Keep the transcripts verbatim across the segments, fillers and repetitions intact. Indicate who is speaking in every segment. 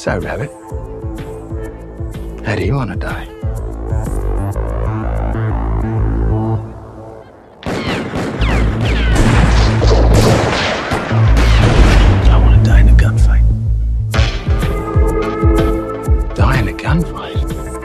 Speaker 1: So, Rabbit, how do you want to die? I want to die in a gunfight. Die in a gunfight?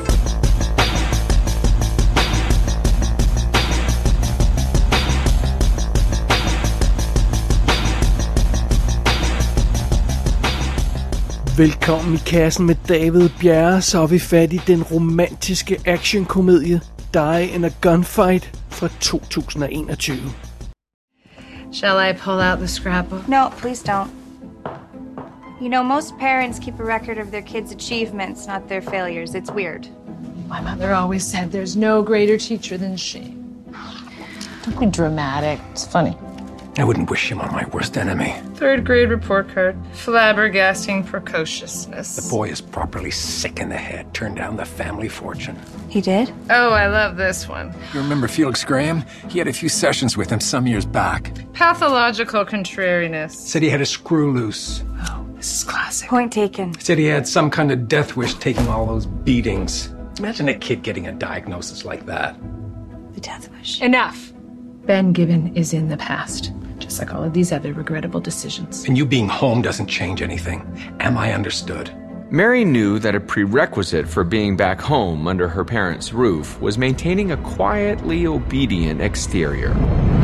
Speaker 2: Velkommen i kassen med David Bjerre, så er vi fat i den romantiske actionkomedie Die in a Gunfight fra to tusind og enogtyve.
Speaker 3: Shall I pull out the scrapbook?
Speaker 4: No, please don't. You know, most parents keep a record of their kids' achievements, not their failures. It's weird.
Speaker 3: My mother always said there's no greater teacher than she. Don't be dramatic. It's funny.
Speaker 1: I wouldn't wish him on my worst enemy.
Speaker 3: Third grade report card. Flabbergasting precociousness.
Speaker 1: The boy is properly sick in the head. Turned down the family fortune.
Speaker 4: He did?
Speaker 3: Oh, I love this one.
Speaker 1: You remember Felix Graham? He had a few sessions with him some years back.
Speaker 3: Pathological contrariness.
Speaker 1: Said he had a screw loose. Oh, this is classic.
Speaker 4: Point taken.
Speaker 1: Said he had some kind of death wish taking all those beatings. Imagine a kid getting a diagnosis like that.
Speaker 4: The death wish.
Speaker 3: Enough. Ben Gibbon is in the past. Just like all of these other regrettable decisions.
Speaker 1: And you being home doesn't change anything. Am I understood?
Speaker 5: Mary knew that a prerequisite for being back home under her parents' roof was maintaining a quietly obedient exterior.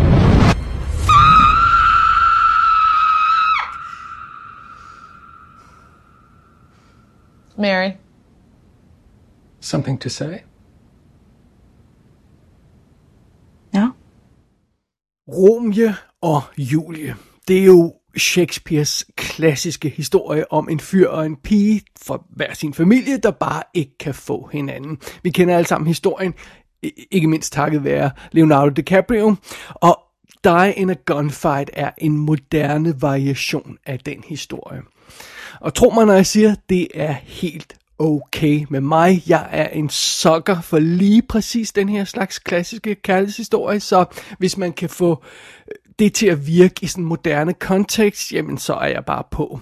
Speaker 3: Mary?
Speaker 1: Something to say?
Speaker 4: No?
Speaker 2: Romeo og Julie. Det er jo Shakespeares klassiske historie om en fyr og en pige fra hver sin familie, der bare ikke kan få hinanden. Vi kender alle sammen historien, ikke mindst takket være Leonardo DiCaprio, og Die in a Gunfight er en moderne variation af den historie. Og tro mig, når jeg siger, det er helt okay med mig. Jeg er en sucker for lige præcis den her slags klassiske kærlighedshistorie, så hvis man kan få det til at virke i sådan en moderne kontekst, jamen så er jeg bare på.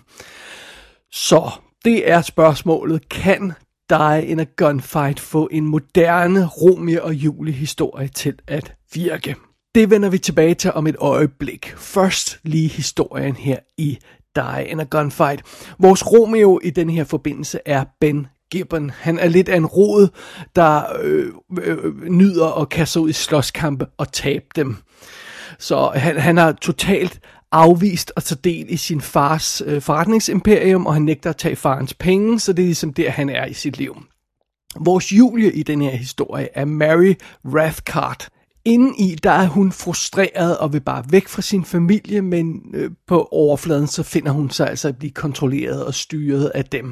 Speaker 2: Så det er spørgsmålet, kan Die in a Gunfight få en moderne Romeo og Julie historie til at virke? Det vender vi tilbage til om et øjeblik. Først lige historien her i Die in a Gunfight. Vores Romeo i den her forbindelse er Ben Gibbon. Han er lidt af en rod, der øh, øh, nyder at kaste ud i slåskampe og tabe dem. Så han, han har totalt afvist at tage del i sin fars øh, forretningsimperium, og han nægter at tage farens penge, så det er ligesom der, han er i sit liv. Vores Julie i den her historie er Mary Rathcart. Inden i, der er hun frustreret og vil bare væk fra sin familie, men øh, på overfladen, så finder hun sig altså at blive kontrolleret og styret af dem.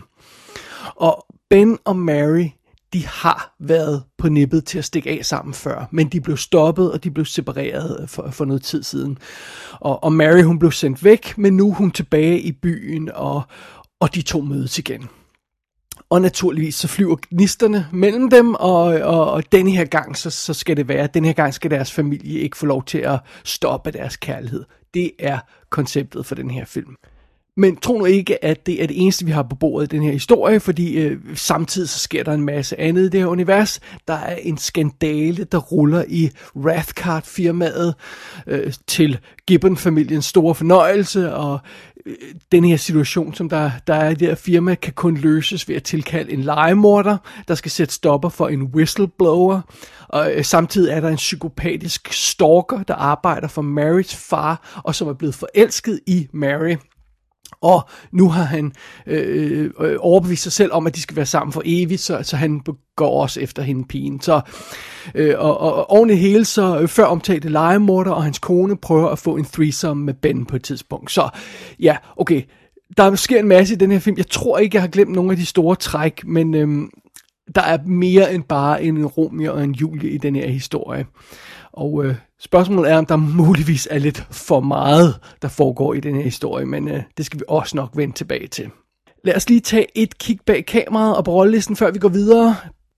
Speaker 2: Og Ben og Mary, de har været på nippet til at stikke af sammen før, men de blev stoppet, og de blev separeret for, for noget tid siden. Og, og Mary, hun blev sendt væk, men nu er hun tilbage i byen, og, og de to mødes igen. Og naturligvis så flyver gnisterne mellem dem, og, og, og denne her gang, så, så skal det være, denne her gang skal deres familie ikke få lov til at stoppe deres kærlighed. Det er konceptet for den her film. Men tro nu ikke, at det er det eneste, vi har på bordet i den her historie, fordi øh, samtidig så sker der en masse andet i det her univers. Der er en skandale, der ruller i Rathcart-firmaet øh, til Gibbon-familiens store fornøjelse, og øh, den her situation, som der, der er i det her firma, kan kun løses ved at tilkalde en legemorder, der skal sætte stopper for en whistleblower, og øh, samtidig er der en psykopatisk stalker, der arbejder for Marys far, og som er blevet forelsket i Mary. Og nu har han øh, øh, overbevist sig selv om, at de skal være sammen for evigt, så, så han går også efter hende pigen. Så, øh, og, og, og oven i hele, så øh, før omtalte legemorder og hans kone prøver at få en threesome med Ben på et tidspunkt. Så ja, okay, der sker en masse i den her film. Jeg tror ikke, jeg har glemt nogle af de store træk, men øh, der er mere end bare en Romeo og en Julie i den her historie. Og øh, spørgsmålet er, om der muligvis er lidt for meget, der foregår i den her historie, men øh, det skal vi også nok vende tilbage til. Lad os lige tage et kig bag kameraet og på rollelisten, før vi går videre.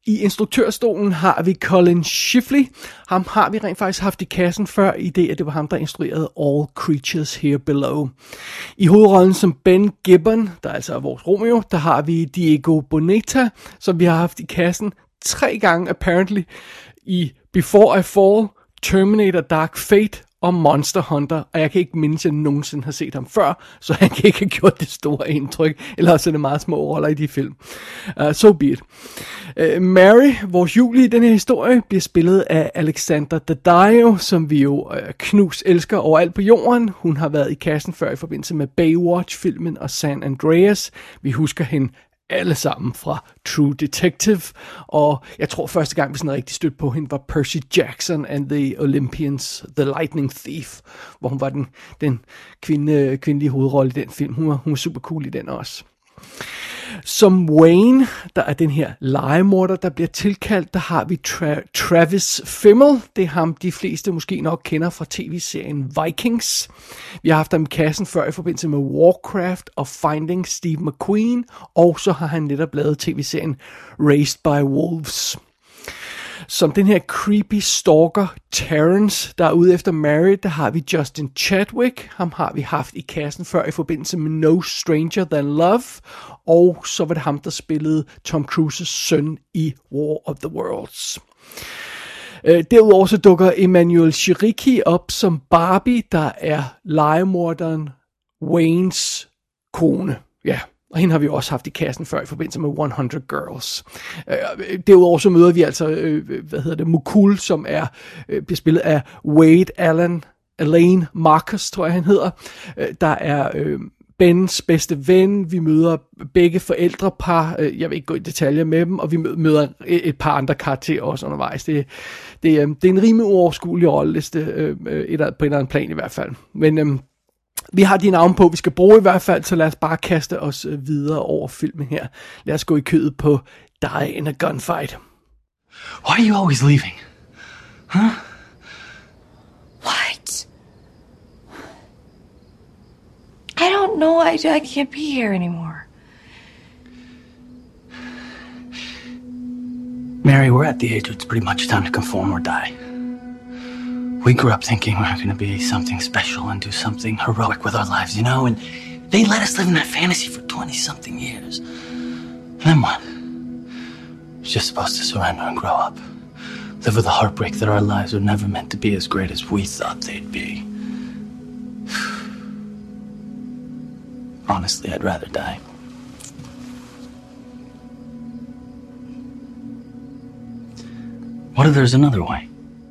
Speaker 2: I instruktørstolen har vi Colin Shifley. Ham har vi rent faktisk haft i kassen før, i det, at det var ham, der instruerede All Creatures Here Below. I hovedrollen som Ben Gibbon, der altså er vores Romeo, der har vi Diego Boneta, som vi har haft i kassen tre gange apparently i Before I Fall, Terminator Dark Fate og Monster Hunter, og jeg kan ikke mindes, at jeg nogensinde har set ham før, så han kan ikke have gjort det store indtryk, eller også er det meget små roller i de film. Uh, so be it. Uh, Mary, vores Julie i den her historie, bliver spillet af Alexandra Daddario, som vi jo uh, knus elsker overalt på jorden. Hun har været i kassen før i forbindelse med Baywatch-filmen og San Andreas. Vi husker hende alle sammen fra True Detective, og jeg tror første gang vi sådan rigtig stødte på hende var Percy Jackson and the Olympians, The Lightning Thief, hvor hun var den, den kvinde, kvindelige hovedrolle i den film. Hun var, hun var super cool i den også. Som Wayne, der er den her legemorder, der bliver tilkaldt, der har vi Tra- Travis Fimmel. Det er ham, de fleste måske nok kender fra tv-serien Vikings. Vi har haft ham i kassen før i forbindelse med Warcraft og Finding Steve McQueen, og så har han netop lavet tv-serien Raised by Wolves. Som den her creepy stalker Terrence, der er ude efter Mary, der har vi Justin Chadwick. Ham har vi haft i kassen før i forbindelse med No Stranger Than Love. Og så var det ham, der spillede Tom Cruises søn i War of the Worlds. Øh, derudover så dukker Emmanuel Chiriqui op som Barbie, der er legemorderen Waynes kone. Ja. Og hende har vi også haft i kassen før i forbindelse med hundrede Girls. Øh, derudover så møder vi altså, øh, hvad hedder det, Mukul, som er øh, bliver spillet af Wade Allen, Elaine Marcus, tror jeg han hedder. Øh, der er øh, Bens bedste ven, vi møder begge forældrepar, øh, jeg vil ikke gå i detaljer med dem, og vi møder et, et par andre karakterer også undervejs. Det, det, øh, det er en rimelig uoverskuelig rolleliste, øh, et, på en eller anden plan i hvert fald. Men øh, vi har de navne på, vi skal bruge i hvert fald, så lad os bare kaste os videre over filmen her. Lad os gå i kødet på Die in a Gunfight.
Speaker 6: Why are you always leaving? Huh?
Speaker 4: What? I don't know. I, I can't be here anymore.
Speaker 6: Mary, we're at the age where it's pretty much time to conform or die. We grew up thinking we're going to be something special and do something heroic with our lives, you know? And they let us live in that fantasy for twenty-something years. And then what? We're just supposed to surrender and grow up. Live with the heartbreak that our lives were never meant to be as great as we thought they'd be. Honestly, I'd rather die. What if there's another way?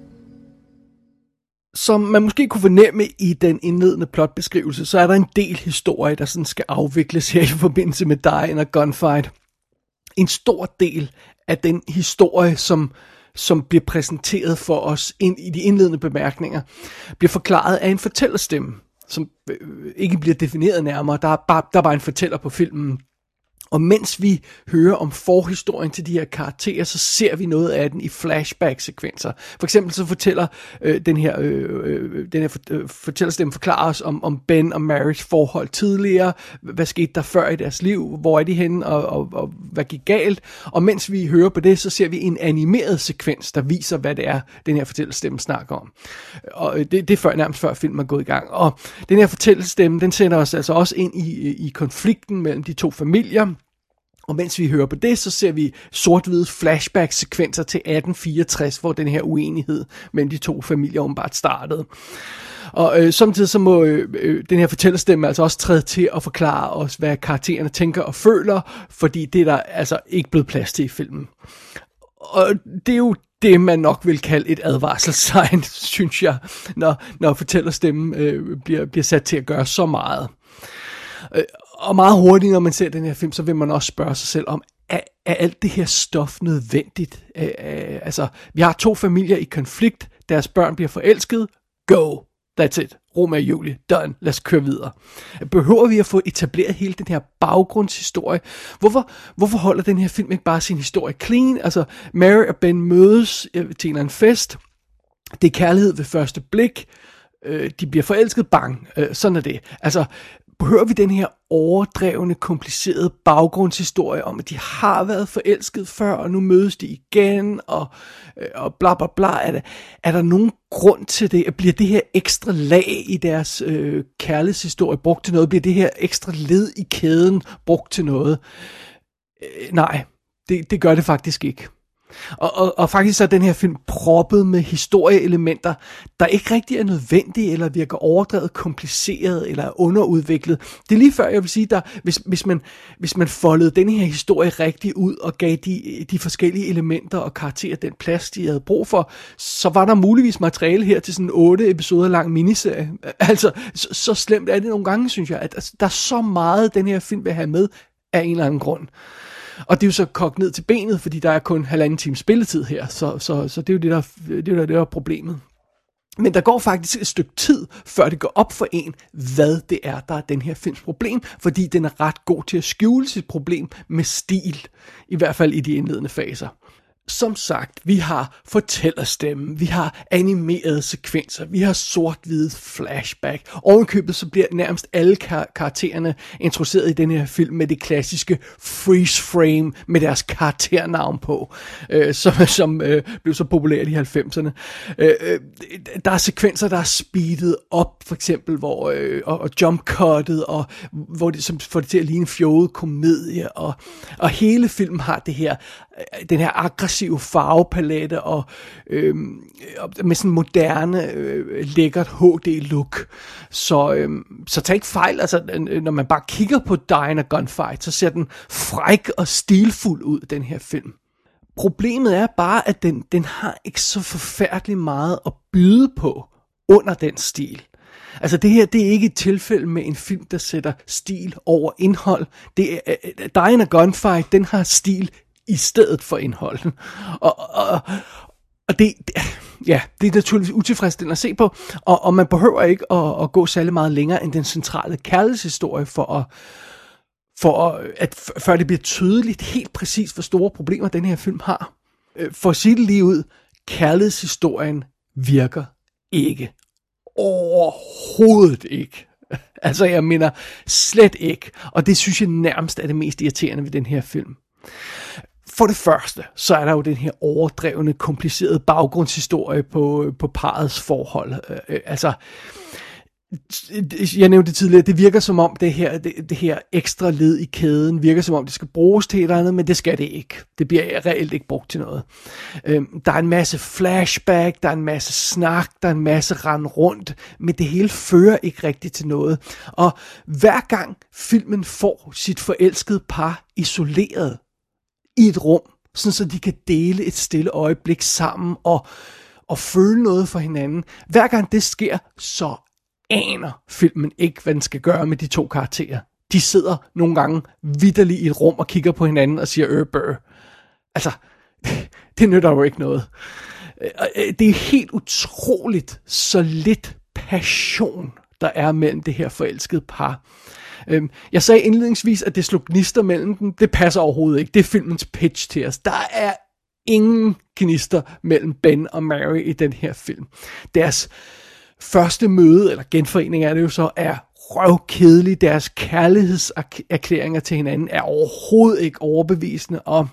Speaker 2: Som man måske kunne fornemme i den indledende plotbeskrivelse, så er der en del historie, der sådan skal afvikles her i forbindelse med Die in a Gunfight. En stor del af den historie, som, som bliver præsenteret for os ind i de indledende bemærkninger, bliver forklaret af en fortællerstemme, som ikke bliver defineret nærmere. Der er bare, der er bare en fortæller på filmen. Og mens vi hører om forhistorien til de her karakterer, så ser vi noget af den i flashback-sekvenser. For eksempel så fortæller øh, den her, øh, den her for, øh, fortællerstemme forklarer os om, om Ben og Marys forhold tidligere. Hvad skete der før i deres liv? Hvor er de henne? Og, og, og hvad gik galt? Og mens vi hører på det, så ser vi en animeret sekvens, der viser, hvad det er, den her fortællerstemme snakker om. Og det, det er før, nærmest før filmen er gået i gang. Og den her fortællerstemme, den sender os altså også ind i, i konflikten mellem de to familier. Og mens vi hører på det, så ser vi sort-hvide flashback-sekvenser til atten fireogtres, hvor den her uenighed mellem de to familier åbenbart startede. Og øh, samtidig så må øh, øh, den her fortællerstemme altså også træde til at forklare os, hvad karaktererne tænker og føler, fordi det er der altså ikke blevet plads til i filmen. Og det er jo det, man nok vil kalde et advarselstegn, synes jeg, når, når fortællerstemmen øh, bliver, bliver sat til at gøre så meget. Øh, Og meget hurtigt, når man ser den her film, så vil man også spørge sig selv om, er, er alt det her stof nødvendigt? Æ, øh, altså, vi har to familier i konflikt, deres børn bliver forelsket, go, that's it, Romeo og Julie, done, lad os køre videre. Behøver vi at få etableret hele den her baggrundshistorie? Hvorfor, hvorfor holder den her film ikke bare sin historie clean? Altså, Mary og Ben mødes til en fest, det er kærlighed ved første blik, øh, de bliver forelsket, bang, øh, sådan er det. Altså, behøver vi den her overdrevne, komplicerede baggrundshistorie om, at de har været forelsket før, og nu mødes de igen, og, og bla bla bla. Er der, er der nogen grund til det? Bliver det her ekstra lag i deres øh, kærlighedshistorie brugt til noget? Bliver det her ekstra led i kæden brugt til noget? Øh, nej, det, det gør det faktisk ikke. Og, og, og faktisk er den her film proppet med historieelementer, der ikke rigtig er nødvendige, eller virker overdrevet kompliceret, eller underudviklet. Det er lige før, jeg vil sige, der, hvis, hvis, man, hvis man foldede den her historie rigtig ud, og gav de, de forskellige elementer og karakterer den plads, de havde brug for, så var der muligvis materiale her til sådan en otte episoder lang miniserie. Altså, så, så slemt er det nogle gange, synes jeg, at der er så meget, den her film vil have med, af en eller anden grund. Og det er jo så kogt ned til benet, fordi der er kun halvanden time spilletid her, så, så, så det er jo det, der, det er jo det, der er problemet. Men der går faktisk et stykke tid, før det går op for en, hvad det er, der er den her films problem, fordi den er ret god til at skjule sit problem med stil, i hvert fald i de indledende faser. Som sagt, vi har fortællerstemmen, vi har animerede sekvenser, vi har sort-hvide flashback. Ovenkøbet så bliver nærmest alle kar- karaktererne introduceret i den her film med det klassiske freeze frame med deres karakternavn på, øh, som, som øh, blev så populært i halvfemserne. Øh, øh, der er sekvenser, der er speedet op, for eksempel, hvor, øh, og, og jump-cuttet, og hvor det som får det til at ligne en fjollet komedie, og, og hele filmen har det her, den her aggressive farvepalette og øh, med sådan moderne øh, lækkert H D-look. Så, øh, så tag ikke fejl, altså når man bare kigger på Dying a Gunfight, så ser den fræk og stilfuld ud, den her film. Problemet er bare, at den, den har ikke så forfærdeligt meget at byde på under den stil. Altså det her, det er ikke et tilfælde med en film, der sætter stil over indhold. Det er, Dying a Gunfight, den har stil i stedet for indhold. Og, og, og det, ja, det er naturligvis utilfredsstillende at se på, og, og man behøver ikke at, at gå særlig meget længere end den centrale kærlighedshistorie for at, for at, at før det bliver tydeligt helt præcis, hvor store problemer den her film har. For at sige det lige ud, kærlighedshistorien virker ikke. Overhovedet ikke. Altså jeg mener slet ikke, og det synes jeg nærmest er det mest irriterende ved den her film. For det første, så er der jo den her overdrevne, komplicerede baggrundshistorie på, på parrets forhold. Øh, altså, jeg nævnte det tidligere, det virker som om det her, det, det her ekstra led i kæden, virker som om det skal bruges til et eller andet, men det skal det ikke. Det bliver reelt ikke brugt til noget. Øh, der er en masse flashback, der er en masse snak, der er en masse rend rundt, men det hele fører ikke rigtigt til noget. Og hver gang filmen får sit forelskede par isoleret, i et rum, sådan så de kan dele et stille øjeblik sammen og, og føle noget for hinanden. Hver gang det sker, så aner filmen ikke, hvad den skal gøre med de to karakterer. De sidder nogle gange vitterligt i et rum og kigger på hinanden og siger øh bør. Altså, det nytter jo ikke noget. Det er helt utroligt, så lidt passion, der er mellem det her forelskede par. Jeg sagde indledningsvis, at det slog gnister mellem dem. Det passer overhovedet ikke. Det er filmens pitch til os. Der er ingen gnister mellem Ben og Mary i den her film. Deres første møde, eller genforening er det jo så, er røvkedelig. Deres kærlighedserklæringer til hinanden er overhovedet ikke overbevisende, og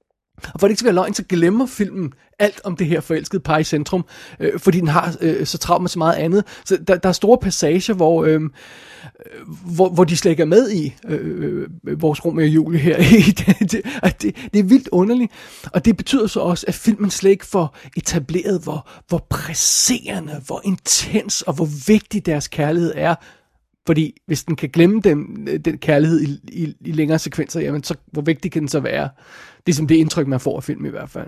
Speaker 2: Og for det ikke skal være løgn, så glemmer filmen alt om det her forelskede par i centrum, øh, fordi den har øh, så travlt med så meget andet. Så der, der er store passager, hvor, øh, hvor, hvor de slet ikke er med i øh, vores Romeo og Julie her. det, det, det, det er vildt underligt, og det betyder så også, at filmen slet ikke får etableret, hvor, hvor presserende, hvor intens og hvor vigtig deres kærlighed er. Fordi hvis den kan glemme den, den kærlighed i, i, i længere sekvenser, jamen så hvor vigtig kan den så være? Det er som det indtryk, man får af filmen i hvert fald.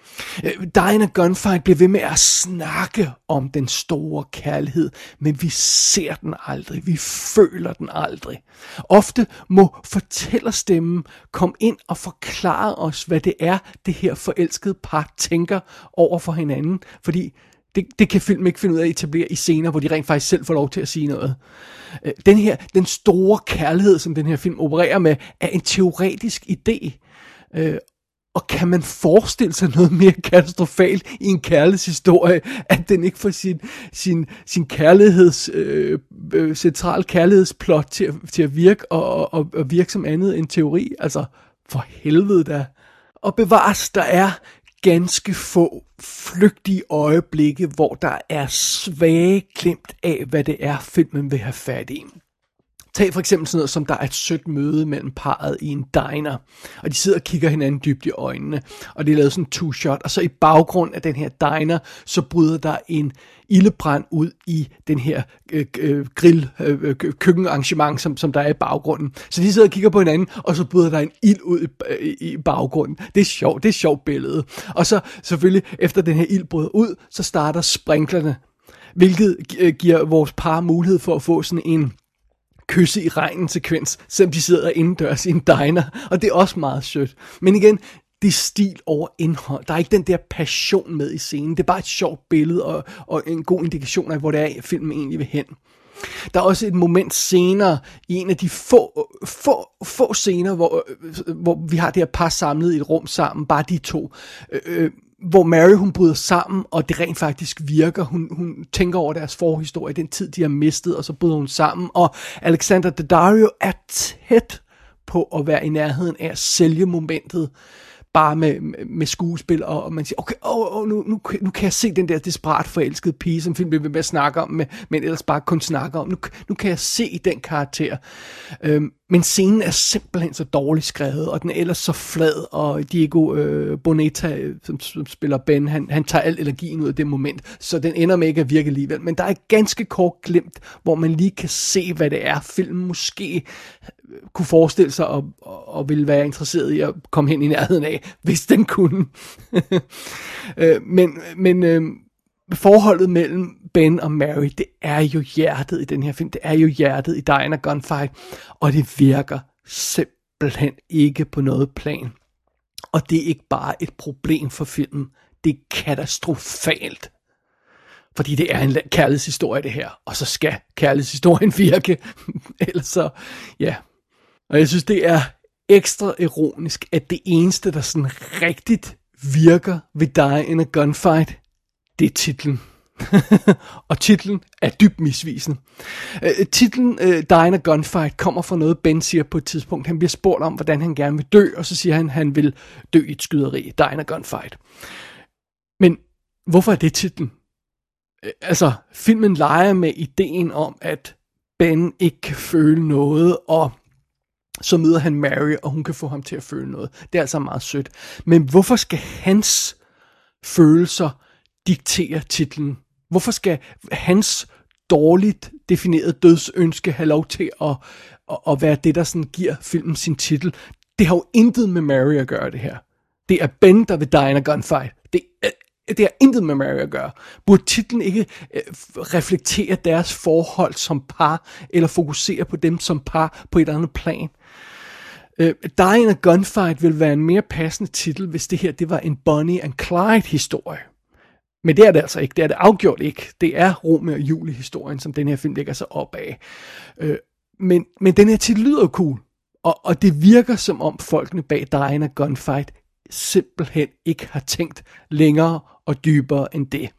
Speaker 2: Dying a Gunfight bliver ved med at snakke om den store kærlighed, men vi ser den aldrig, vi føler den aldrig. Ofte må fortællerstemmen komme ind og forklare os, hvad det er, det her forelskede par tænker over for hinanden, fordi Det, det kan film ikke finde ud af at etablere i scener, hvor de rent faktisk selv får lov til at sige noget. Den her, den store kærlighed, som den her film opererer med, er en teoretisk idé. Og kan man forestille sig noget mere katastrofalt i en kærlighedshistorie, at den ikke får sin, sin, sin kærligheds, øh, øh, central kærlighedsplot til, at, til at virke, og, og, og virke som andet end teori? Altså, for helvede da. Og bevares, der er ganske få flygtige øjeblikke, hvor der er svage glimt af, hvad det er, filmen vil have fat i. Tag for eksempel sådan noget, som der er et sødt møde mellem parret i en diner, og de sidder og kigger hinanden dybt i øjnene, og det er lavet sådan en two-shot, og så i baggrund af den her diner, så bryder der en ildebrand ud i den her øh, øh, grill, øh, køkkenarrangement, som, som der er i baggrunden. Så de sidder og kigger på hinanden, og så bryder der en ild ud i, i, i baggrunden. Det er sjovt, det er et sjovt billede. Og så selvfølgelig, efter den her ild bryder ud, så starter sprinklerne, hvilket øh, giver vores par mulighed for at få sådan en kysse i regnen sekvens, selvom de sidder indendørs i en diner, og det er også meget sødt. Men igen, det er stil over indhold. Der er ikke den der passion med i scenen. Det er bare et sjovt billede og, og en god indikation af, hvor det er, filmen egentlig vil hen. Der er også et moment senere i en af de få, få, få scener, hvor, hvor vi har det her par samlet i et rum sammen, bare de to, øh, hvor Mary hun bryder sammen, og det rent faktisk virker. Hun, hun tænker over deres forhistorie, den tid de har mistet, og så bryder hun sammen. Og Alexander Daddario er tæt på at være i nærheden af at sælge momentet, bare med, med skuespil, og, og man siger, okay, oh, oh, nu, nu, nu kan jeg se den der desperat forelskede pige, som filmen bliver ved med at snakke om, med, men ellers bare kun snakke om. Nu, nu kan jeg se den karakter. Øhm, men scenen er simpelthen så dårligt skrevet, og den er ellers så flad, og Diego øh, Boneta, som, som spiller Ben, han, han tager al energien ud af det moment, så den ender med ikke at virke alligevel. Men der er et ganske kort glimt, hvor man lige kan se, hvad det er, filmen måske kunne forestille sig, og, og, og ville være interesseret i at komme hen i nærheden af, hvis den kunne. øh, men men øh, forholdet mellem Ben og Mary, det er jo hjertet i den her film, det er jo hjertet i Diner Gunfight, og det virker simpelthen ikke på noget plan. Og det er ikke bare et problem for filmen, det er katastrofalt. Fordi det er en kærlighedshistorie, det her, og så skal kærlighedshistorien virke. Ellers så, ja. Og jeg synes, det er ekstra ironisk, at det eneste, der sådan rigtigt virker ved Die in a Gunfight, det er titlen. Og titlen er dybt misvisende. Uh, titlen uh, Die in a Gunfight kommer fra noget, Ben siger på et tidspunkt. Han bliver spurgt om, hvordan han gerne vil dø, og så siger han, at han vil dø i et skyderi. Die in a Gunfight. Men hvorfor er det titlen? Altså, filmen leger med ideen om, at Ben ikke kan føle noget, og så møder han Mary, og hun kan få ham til at føle noget. Det er altså meget sødt. Men hvorfor skal hans følelser diktere titlen? Hvorfor skal hans dårligt definerede dødsønske have lov til at, at, at være det, der sådan giver filmen sin titel? Det har jo intet med Mary at gøre, det her. Det er Ben, der vil die in a gunfight. Det er Det har intet med Mary at gøre. Burde titlen ikke øh, reflektere deres forhold som par, eller fokusere på dem som par på et andet plan? Øh, Die in a Gunfight ville være en mere passende titel, hvis det her det var en Bonnie and Clyde historie. Men det er det altså ikke. Det er det afgjort ikke. Det er Romeo og Julie historien, som den her film lægger sig op af. Øh, men, men den her titel lyder cool. Og, og det virker som om folkene bag Die in a Gunfight simpelthen ikke har tænkt længere og dybere end det.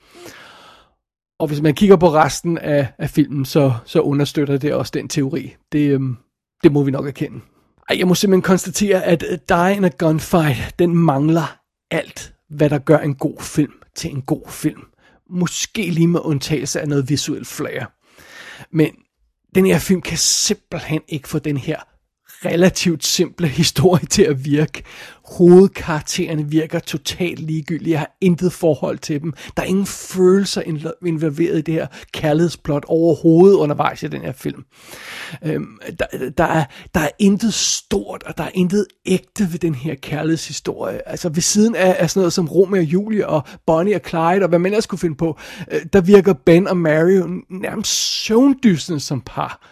Speaker 2: Og hvis man kigger på resten af, af filmen, så, så understøtter det også den teori. Det, øhm, det må vi nok erkende. Ej, jeg må simpelthen konstatere, at Die in a Gunfight, den mangler alt, hvad der gør en god film til en god film. Måske lige med undtagelse af noget visuelt flair. Men den her film kan simpelthen ikke få den her relativt simple historie til at virke. Hovedkaraktererne virker totalt ligegyldige. Jeg har intet forhold til dem. Der er ingen følelser involveret i det her kærlighedsplot overhovedet undervejs i den her film. Øhm, der, der, er, der er intet stort, og der er intet ægte ved den her kærlighedshistorie. Altså ved siden af, af sådan noget som Romeo og Julie og Bonnie og Clyde og hvad man ellers kunne finde på, øh, der virker Ben og Mary nærmest søvndysende som par.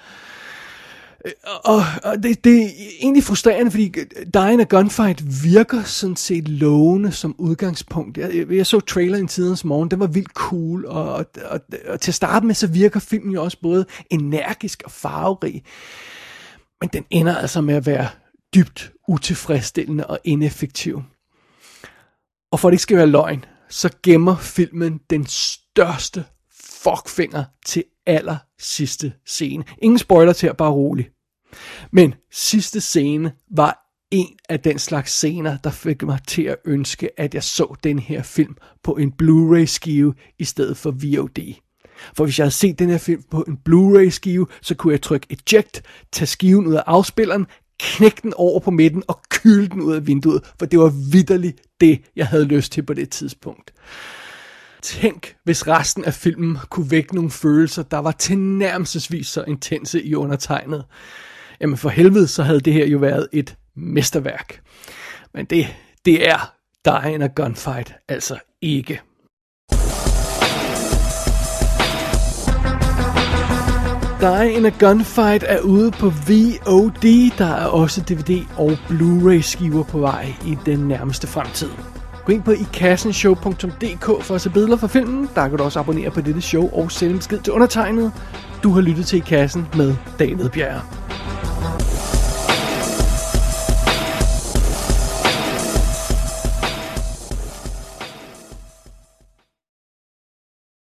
Speaker 2: Og, og det, det er egentlig frustrerende, fordi Die in a Gunfight virker sådan set lovende som udgangspunkt. Jeg, jeg så traileren i tidens morgen, den var vildt cool, og, og, og, og til at starte med, så virker filmen jo også både energisk og farverig. Men den ender altså med at være dybt utilfredsstillende og ineffektiv. Og for at det ikke skal være løgn, så gemmer filmen den største fuckfinger til aller sidste scene. Ingen spoiler til, bare rolig. Men sidste scene var en af den slags scener, der fik mig til at ønske, at jeg så den her film på en Blu-ray-skive i stedet for V O D. For hvis jeg havde set den her film på en Blu-ray-skive, så kunne jeg trykke eject, tage skiven ud af afspilleren, knække den over på midten og kyle den ud af vinduet, for det var vitterligt det, jeg havde lyst til på det tidspunkt. Tænk, hvis resten af filmen kunne vække nogle følelser, der var tilnærmelsesvis så intense i undertegnet. Jamen for helvede, så havde det her jo været et mesterværk. Men det, det er Die in a Gunfight altså ikke. Die in a Gunfight er ude på V O D. Der er også D V D og Blu-ray skiver på vej i den nærmeste fremtid. Gå ind på i kassen show punktum d k for at se billeder fra filmen. Der kan du også abonnere på dette show og sende en besked til undertegnet. Du har lyttet til I Kassen med David Bjerre.